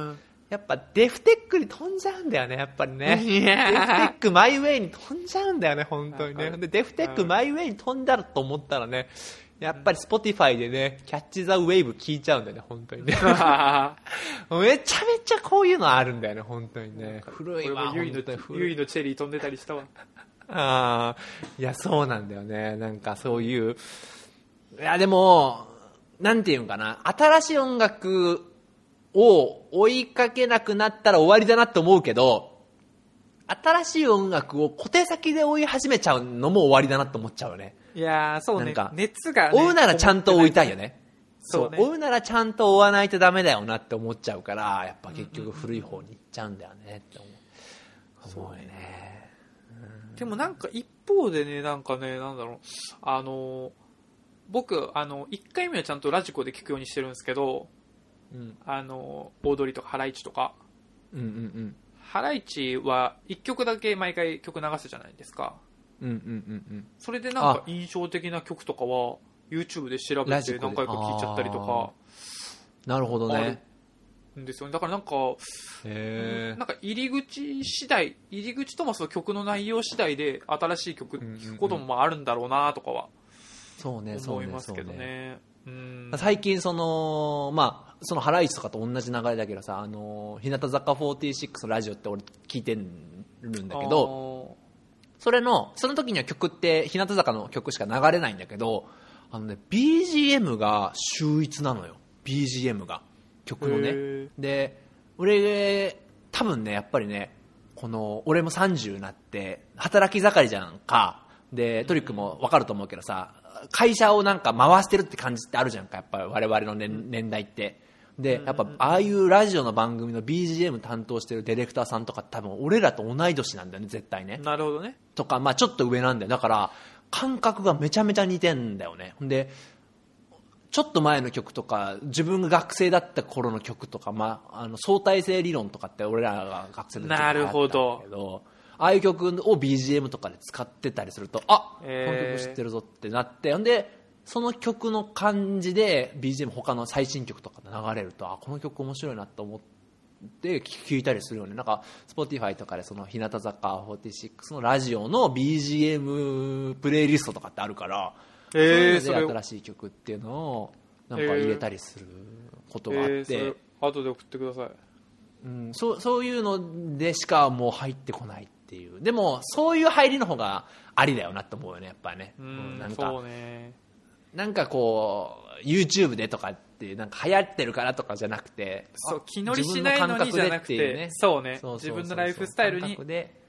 やっぱデフテックに飛んじゃうんだよね、やっぱりね。 いデやフテックマイウェイに飛んじゃうんだよね、本当にね。 はいで、デフテックマイウェイに飛んだと思ったらね、やっぱり Spotify でね、キャッチザウェーブ聞いちゃうんだよね、本当にね。めちゃめちゃこういうのあるんだよね、本当にね。古いわ、 これもユイの本当に古い。 ユイのチェリー飛んでたりしたわ。 ああ、いや、そうなんだよね。なんかそういう、いや、でも、なんていうんかな、新しい音楽を追いかけなくなったら終わりだなって思うけど、新しい音楽を小手先で追い始めちゃうのも終わりだなって思っちゃうよね。 いやー、そうね。 なんか熱が、ね、 追うならちゃんと追いたいよね。 そうね追うならちゃんと追わないとダメだよなって思っちゃうから、やっぱ結局古い方に行っちゃうんだよねって思う。思うよね。 でもなんか一方でね、なんかね、なんだろう、あの、僕、あの、いっかいめはちゃんとラジコで聞くようにしてるんですけど、 うん、 あの、オードリーとかハライチとか、 うんうんうんハライチはいっきょくだけ毎回曲流すじゃないですか。 うんうんうんうんそれでなんか印象的な曲とかは YouTube で調べラジコでて何回か聴いちゃったりとかなるほどね。 んですよね。だからなんか、 へなんか入り口次第、入り口ともその曲の内容次第で新しい曲聴くこともまああるんだろうなとかはそうね、そうね、 思いますけどそうね。 ね。うん最近そのまあそのハライチとかと同じ流れだけどさ、あの日向坂フォーティーシックスのラジオって俺聞いてるんだけど、それのその時には曲って日向坂の曲しか流れないんだけど、あのね ビージーエム が秀逸なのよ。 ビージーエム が曲のね。で俺多分ねやっぱりね、この俺もさんじゅうになって働き盛りじゃんか。でトリックも分かると思うけどさ、会社をなんか回してるって感じってあるじゃんか、やっぱり我々の 年, 年代ってで、やっぱああいうラジオの番組の ビージーエム 担当してるディレクターさんとか多分俺らと同い年なんだよね、絶対ね。 なるほどね。 とか、まあちょっと上なんだよ。だから感覚がめちゃめちゃ似てんだよね。でちょっと前の曲とか自分が学生だった頃の曲とか、まあ、あの相対性理論とかって俺らが学生の時なるほど。 けど、ああいう曲を ビージーエム とかで使ってたりすると、あ、 えー、 この曲知ってるぞってなって、ほんでその曲の感じで ビージーエム 他の最新曲とかで流れると、あ、この曲面白いなと思って聴いたりするよね。なんか Spotify とかでその日向坂フォーティーシックスのラジオの ビージーエム プレイリストとかってあるから、 えー、 そういうので新しい曲っていうのをなんか入れたりすることがあって、えー、それ後で送ってください。 うん、そうそういうのでしかもう入ってこないっていう。でもそういう入りの方がありだよなと思うよね、やっぱりね。 うん、 なんかそうね。 なんかこう YouTube でとかってなんか流行ってるからとかじゃなくて、 そう気乗りしないのにじゃなくて、ね、そうね、 そうそうそうそう、 自分のライフスタイルに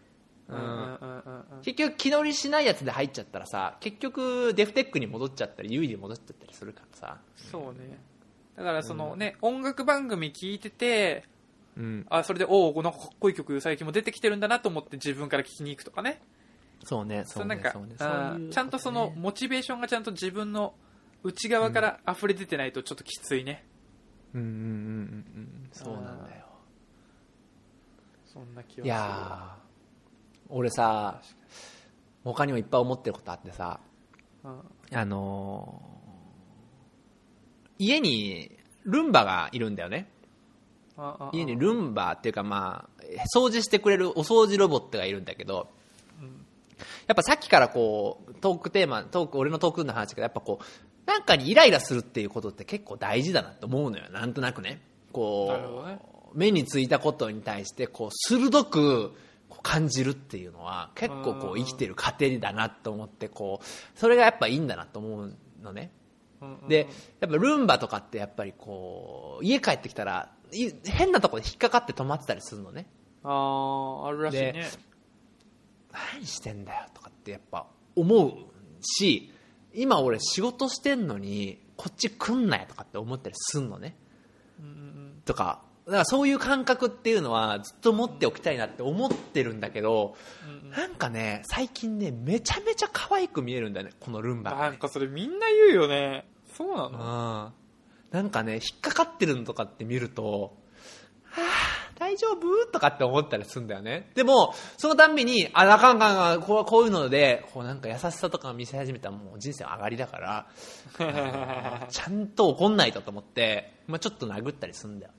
結局気乗りしないやつで入っちゃったらさ、結局デフテックに戻っちゃったりユイに戻っちゃったりするからさ。 そうね。だからそのね、うん、音楽番組聞いてて、 うん、 あそれでおおなんかかっこいい曲最近も出てきてるんだなと思って自分から聞きに行くとかね。 そうね、そうね、 なんかそうね、 そういうちゃんとそのモチベーションがちゃんと自分の内側から溢れ出てないとちょっときついね。 うんうんうんうんうんそうなんだよ。 そんな気はする。 いや俺さ他にもいっぱい思ってることあってさ、 うん、 あのー、家にルンバがいるんだよね。家にルンバっていうかまあ掃除してくれるお掃除ロボットがいるんだけど、うん、やっぱさっきからこうトークテーマトーク俺のトークの話だけど、やっぱこうなんかにイライラするっていうことって結構大事だなと思うのよ。なんとなくね、こう、ね、目についたことに対してこう鋭く感じるっていうのは結構こう生きてる過程だなと思って、こうそれがやっぱいいんだなと思うのね。でやっぱルンバとかってやっぱりこう家帰ってきたら変なところで引っかかって止まってたりするのね。 ああ、あるらしいね。 何してんだよとかってやっぱ思うし、今俺仕事してんのにこっち来んなよとかって思ったりすんのね、うんうん、とかだからそういう感覚っていうのはずっと持っておきたいなって思ってるんだけど、うんうん、なんかね最近ねめちゃめちゃ可愛く見えるんだよね、このルンバが、ね、 なんかそれみんな言うよね。そうなの？ うんなんかね引っかかってるのとかって見ると、はぁ大丈夫とかって思ったりするんだよね。でもそのたんびにああかんかんこうこういうのでこうなんか優しさとか見せ始めたらもう人生上がりだからちゃんと怒んないとと思って、まあ、ちょっと殴ったりするんだよね。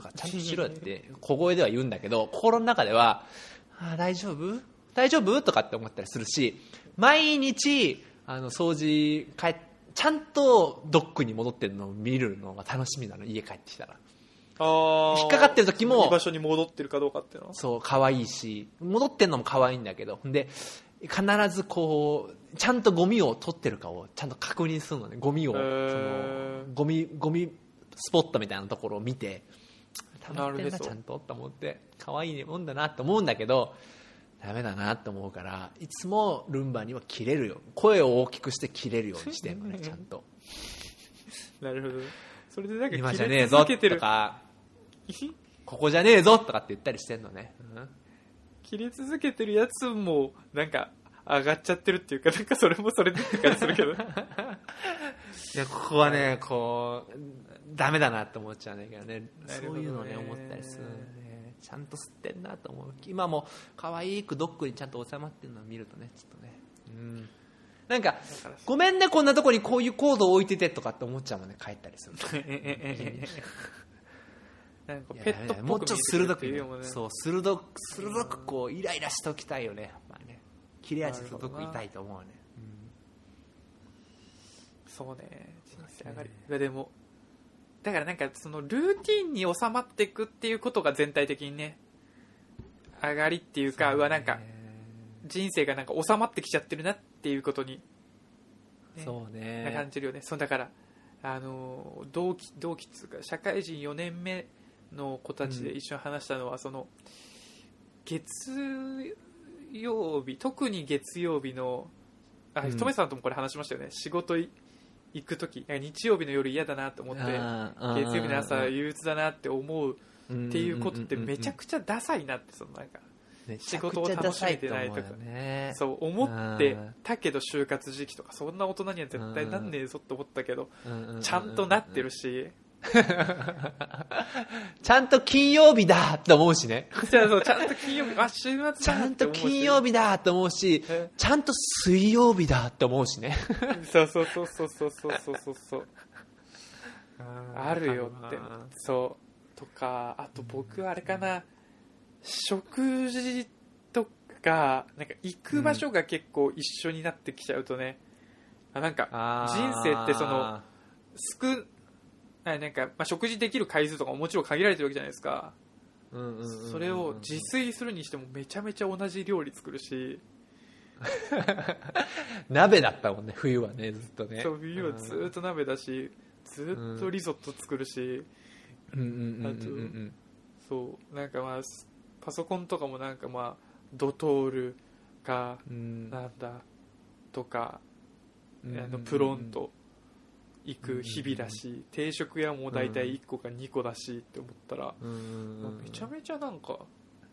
とかちゃんとしろよって小声では言うんだけど、心の中ではあ大丈夫大丈夫とかって思ったりするし、毎日あの掃除帰っちゃんとドックに戻ってるのを見るのが楽しみなの、家帰ってきたら。 あ引っかかってる時も居場所に戻ってるかどうかっていうのはそう可愛いし、戻ってんのも可愛いんだけど、で必ずこうちゃんとゴミを取ってるかをちゃんと確認するのね。ゴミを、 へーそのゴミゴミスポットみたいなところを見て、溜まってんななるへそちゃんとと思って、可愛いもんだなと思うんだけど、ダメだなと思うから、いつもルンバには切れるよ、声を大きくして切れるようにしてるのねちゃんと。 なるほど。それでなんか今切じゃねえぞれ続けてるとか、ここじゃねえぞとかって言ったりしてんのね、うん、 切れ続けてるやつもなんか上がっちゃってるっていうか、なんかそれもそれでって感じするけどいやここはねこうダメだなって思っちゃうんだけどね、 なるほどねそういうのね思ったりするね。ちゃんと吸ってんなと思う。今も可愛くドッグにちゃんと収まってるのを見るとね、ちょっとね、うん、なんかごめんねこんなとこにこういうコードを置いててとかって思っちゃうもんね、帰ったりするとなんかペットっもうちょっとぽく見えてくる鋭く、 っていうのもね、 そう鋭く鋭くこうイライラしておきたいよね、やっぱりね、切れ味鋭くいたいと思うね、 そうね、人生上がり、いやでもだからなんかそのルーティンに収まっていくっていうことが全体的にね上がりっていうか、うわなんか人生がなんか収まってきちゃってるなっていうことに、 ね、そうね感じるよね。そうだからあの同期同期っていうか社会人よねんめの子たちで一緒に話したのは、うん、その月曜日、特に月曜日のあ、うん、トメさんともこれ話しましたよね。仕事行くとき日曜日の夜嫌だなと思って、月曜日の朝憂鬱だなって思うっていうことってめちゃくちゃダサいなって、そのなんか仕事を楽しめてないとか、 ね、 そう思ってたけど就活時期とかそんな大人には絶対なんねえぞって思ったけど、ちゃんとなってるしちゃんと金曜日だって思うしねそうそう、ちゃんと金曜日、あ、週末だちゃんと金曜日だって思うし、ちゃんと水曜日だって思うしねそうそうそうそうそうそうそうそうあるよって、そうとか、あと僕はあれかな、食事とかなんか行く場所が結構一緒になってきちゃうとね、あなんか人生ってその少なんか、まあ、食事できる回数とかももちろん限られてるわけじゃないですか、うんうんうんうん、それを自炊するにしてもめちゃめちゃ同じ料理作るし鍋だったもんね冬はね、ずっとね。 そう冬はずっと鍋だし、ずっとリゾット作るし、あとそうなんかまあパソコンとかもなんかまあドトールかなんだとか、あのプロント行く日々だし、定食屋もだいたいいっこかにこだしって思ったら、めちゃめちゃなんか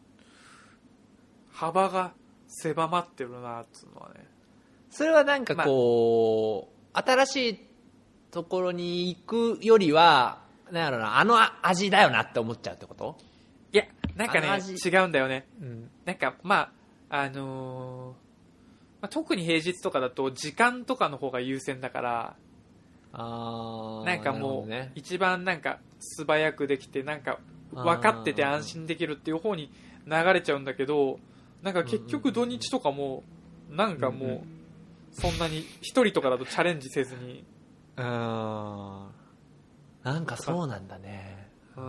幅が狭まってるなっていうのはね。 それはなんかこう、まあ、新しいところに行くよりはなんやろな、あの味だよなって思っちゃうってこと？ いやなんかね違うんだよね、うん、なんかまああのーまあ、特に平日とかだと時間とかの方が優先だから、あなんかもう、ね、一番なんか素早くできてなんか分かってて安心できるっていう方に流れちゃうんだけど、なんか結局土日とかもなんかもうそんなに一人とかだとチャレンジせずに、 うん、なんかそうなんだね。うん、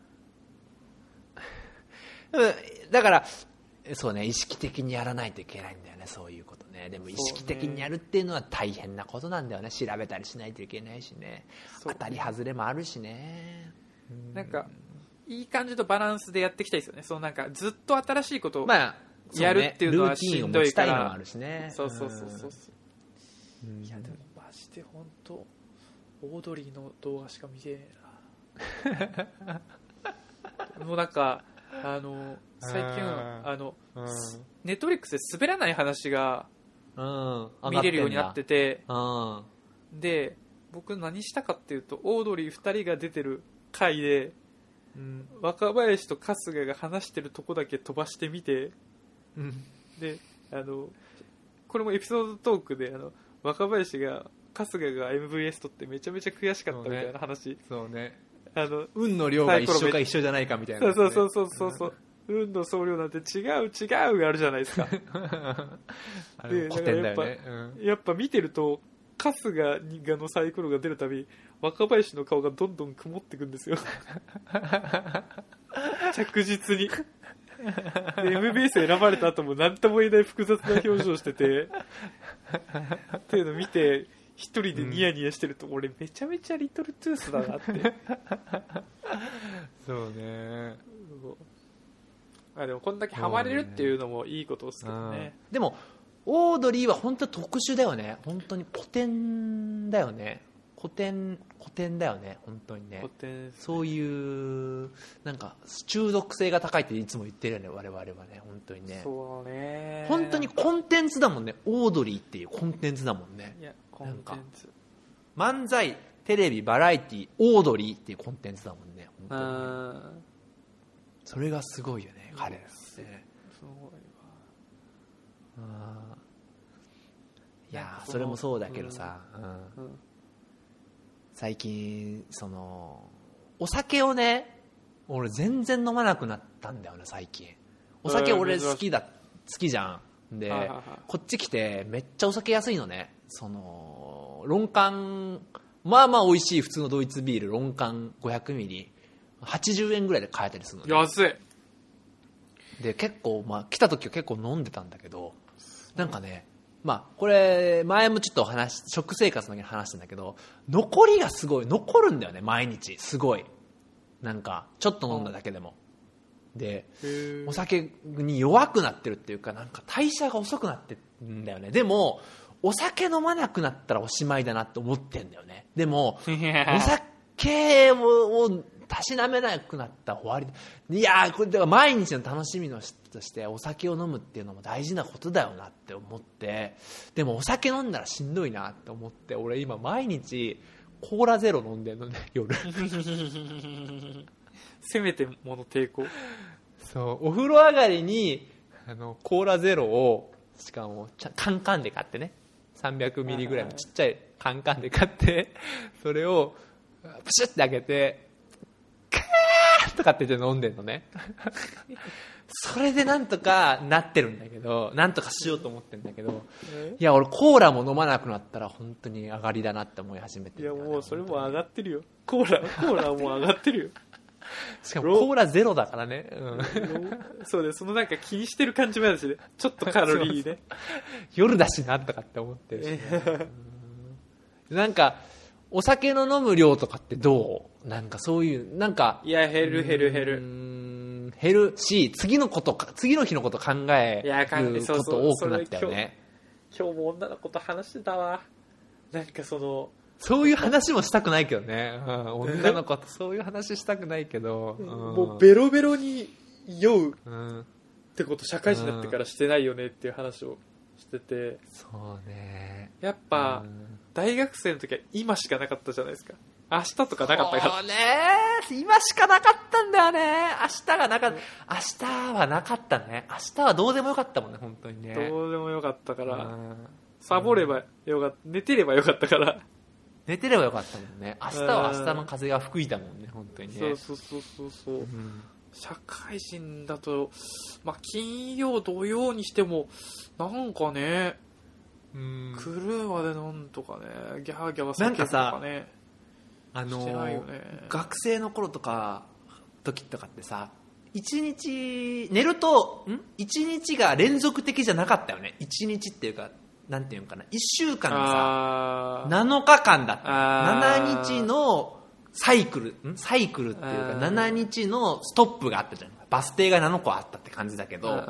だからそうね、意識的にやらないといけないんだよね、そういうことね。でも意識的にやるっていうのは大変なことなんだよね。調べたりしないといけないしね、当たり外れもあるしね。 なんかいい感じとバランスでやっていきたいですよね。そうなんかずっと新しいことをやるっていうのはしんどいから、まあね、ルーティンを持ちたいのもあるしね。そうそうそうそうそう。いやでもマジで本当オードリーの動画しか見てねえなもうなんかあの最近あのネットフリックスで滑らない話が見れるようになってて、で僕何したかっていうと、オードリーふたりが出てる回で、うん、若林と春日が話してるとこだけ飛ばしてみて、うん、であのこれもエピソードトークであの若林が春日が エムブイエス 取ってめちゃめちゃ悔しかったみたいな話、 そうね、 あの運の量が一緒か一緒じゃないかみたいな、ね、 そうそうそうそうそう運の総量なんて違う違うがあるじゃないですかあれ古典だよね、 うん、やっぱ見てると春日がのサイコロが出るたび若林の顔がどんどん曇っていくんですよ着実にで エムビーエス 選ばれた後も何とも言えない複雑な表情しててっていうのを見て一人でニヤニヤしてると、うん、俺めちゃめちゃリトルトゥースだなってそうね。 あでもこんだけハマれるっていうのもいいことですけどね。 でもオードリーは本当特殊だよね。本当に古典だよね。古典古典だよね本当にね。 古典そういうなんか中毒性が高いっていつも言ってるよね我々はね本当にね。 そうね。 本当にコンテンツだもんね。オードリーっていうコンテンツだもんね。 いやコンテンツ。 漫才、テレビ、バラエティ、オードリーっていうコンテンツだもんね。本当にね。 あそれがすごいよね彼らって。すごいわ。 あいやそれもそうだけどさ、うんうんうん、最近そのお酒をね俺全然飲まなくなったんだよね最近。お酒俺好きだ、好きじゃんで、こっち来てめっちゃお酒安いのね。そのロン缶まあまあ美味しい普通のドイツビールロン缶 ごひゃくミリはちじゅうえんぐらいで買えたりするのね。 安いで結構、まあ、来た時は結構飲んでたんだけどなんかねまあこれ前もちょっと話食生活の時に話したんだけど残りがすごい残るんだよね毎日すごいなんかちょっと飲んだだけでもでお酒に弱くなってるっていうかなんか代謝が遅くなってるんだよね。でもお酒飲まなくなったらおしまいだなって思ってんだよね。でもお酒をたしなめなくなったら終わり。いやーこれだから毎日の楽しみのとしてお酒を飲むっていうのも大事なことだよなって思ってでもお酒飲んだらしんどいなって思って俺今毎日コーラゼロ飲んでるのね夜せめてもの抵抗。 そうお風呂上がりにあのコーラゼロをしかもカンカンで買ってねさんびゃくミリぐらいのちっちゃいカンカンで買ってそれをプシュッて開けてカーッとかって言って飲んでるのねそれでなんとかなってるんだけどなんとかしようと思ってるんだけどいや俺コーラも飲まなくなったら本当に上がりだなって思い始めてる、 ね、いやもうそれも上がってるよコーラコーラはもう上がってるよしかもコーラゼロだからね、うん、 そうですそのなんか気にしてる感じもあるしねちょっとカロリーねそうそう夜だしなとかって思ってるし、ね、なんかお酒の飲む量とかってどうなんかそういうなんかいや減る減る減る減るし次のことか次の日のこと考えること多くなったよね。 今日も女の子と話してたわなんかそのそういう話もしたくないけどね、うん、女の子とそういう話したくないけど、うん、 もうベロベロに酔うってこと社会人になってからしてないよねっていう話をしててそうねやっぱ、うん、大学生の時は今しかなかったじゃないですか。明日とかなかったからそうね今しかなかったんだよね。明日がなかった明日はなかったね。明日はどうでもよかったもんね本当にね。 どうでもよかったからサボればよかった寝てればよかったから寝てればよかったもんね。明日は明日の風が吹いたもんね本当にね。 そうそうそうそうそう、うん、社会人だと、まあ、金曜土曜にしてもなんかねうん来るまで飲んとかねギャーギャー酒とかねあのーね、学生の頃とか時とかってさ一日寝るとん一日が連続的じゃなかったよね。一日っていうかなんていうのかな一週間がさなのかかんだった。ななにちのサイクルんサイクルっていうかななにちのストップがあったじゃん。バス停がななこあったって感じだけど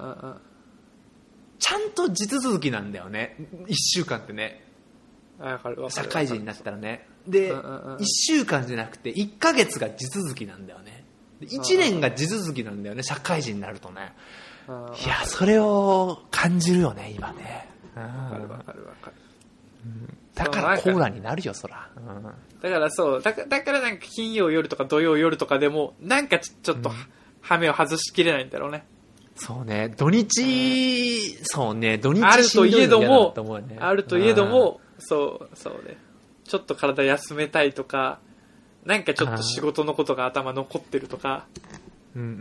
ちゃんと地続きなんだよね一週間ってね。社会人になったらねでいっしゅうかんじゃなくていっかげつが地続きなんだよね。いちねんが地続きなんだよね社会人になるとね。いやそれを感じるよね今ね。 わかるわかるわかる、 うん、だからコーラになるよそら、うん、 だからそうだからだからなんか金曜夜とか土曜夜とかでもなんかちょっと、うん、ハメを外しきれないんだろうね。 そうね土日、うん、そうね土日あるといえども、 ね、 あるといえども、うん、そうそうねちょっと体休めたいとかなんかちょっと仕事のことが頭残ってるとか。 うんうんうん。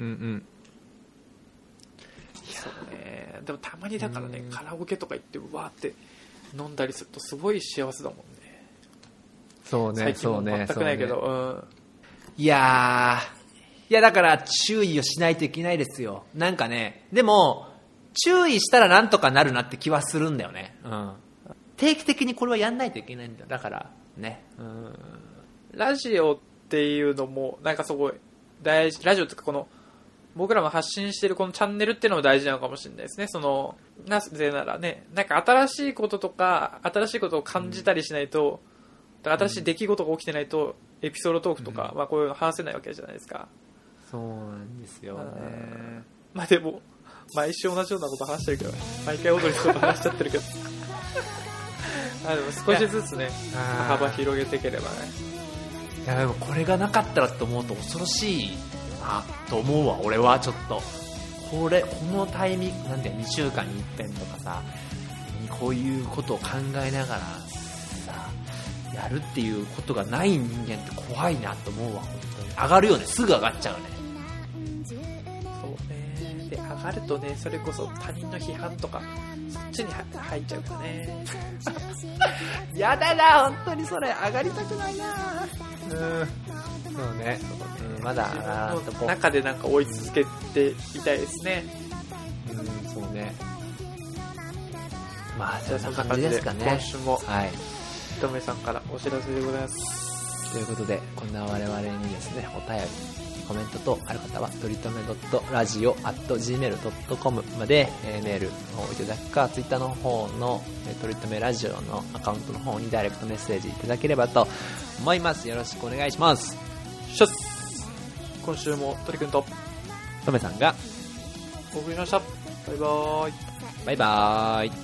そうね。でもたまにだからね、カラオケとか行ってわーって飲んだりするとすごい幸せだもんね。 そうね、 最近も全くないけど、うね、うん。 いやー、いやだから注意をしないといけないですよ。なんかね、でも注意したらなんとかなるなって気はするんだよね。うん。定期的にこれはやんないといけないんだよ。だからね。うん。 ラジオっていうのもなんかすごい大事。ラジオってかこの僕らも発信してるこのチャンネルっていうのも大事なのかもしれないですね。そのなぜならね、なんか新しいこととか新しいことを感じたりしないと、うん、新しい出来事が起きてないとエピソードトークとか、うん、まあこういうの話せないわけじゃないですか。 そうなんですよね。 まあでも毎週同じようなこと話してるけど、毎回踊りそうと話しちゃってるけど。あでも少しずつね幅広げていければね。 いやでもこれがなかったらと思うと恐ろしいなと思うわ。俺はちょっとこれこのタイミングなんでにしゅうかんにいっぺんとかさ、こういうことを考えながらさやるっていうことがない人間って怖いなと思うわ。本当に上がるよね。すぐ上がっちゃうね。 そうね。で上がるとね、それこそ他人の批判とかそっちに入っちゃうからね。 やだな本当にそれ上がりたくないな。うんそうね、うん、まだなの中でなんか追い続けていたいですね。 うんそうね。まあじゃあそんな感じで今週もはいひとめさんからお知らせでございます。 ということでこんな我々にですねお便りコメント等ある方はとりとめ .radio アット ジーメール ドットコム まで、えー、メールをいただくかツイッターの方の、えー、とりとめラジオのアカウントの方にダイレクトメッセージいただければと思います。よろしくお願いします。 シャッ今週もとりくんととめさんがお送りしました。バイバーイ。 バイバーイ。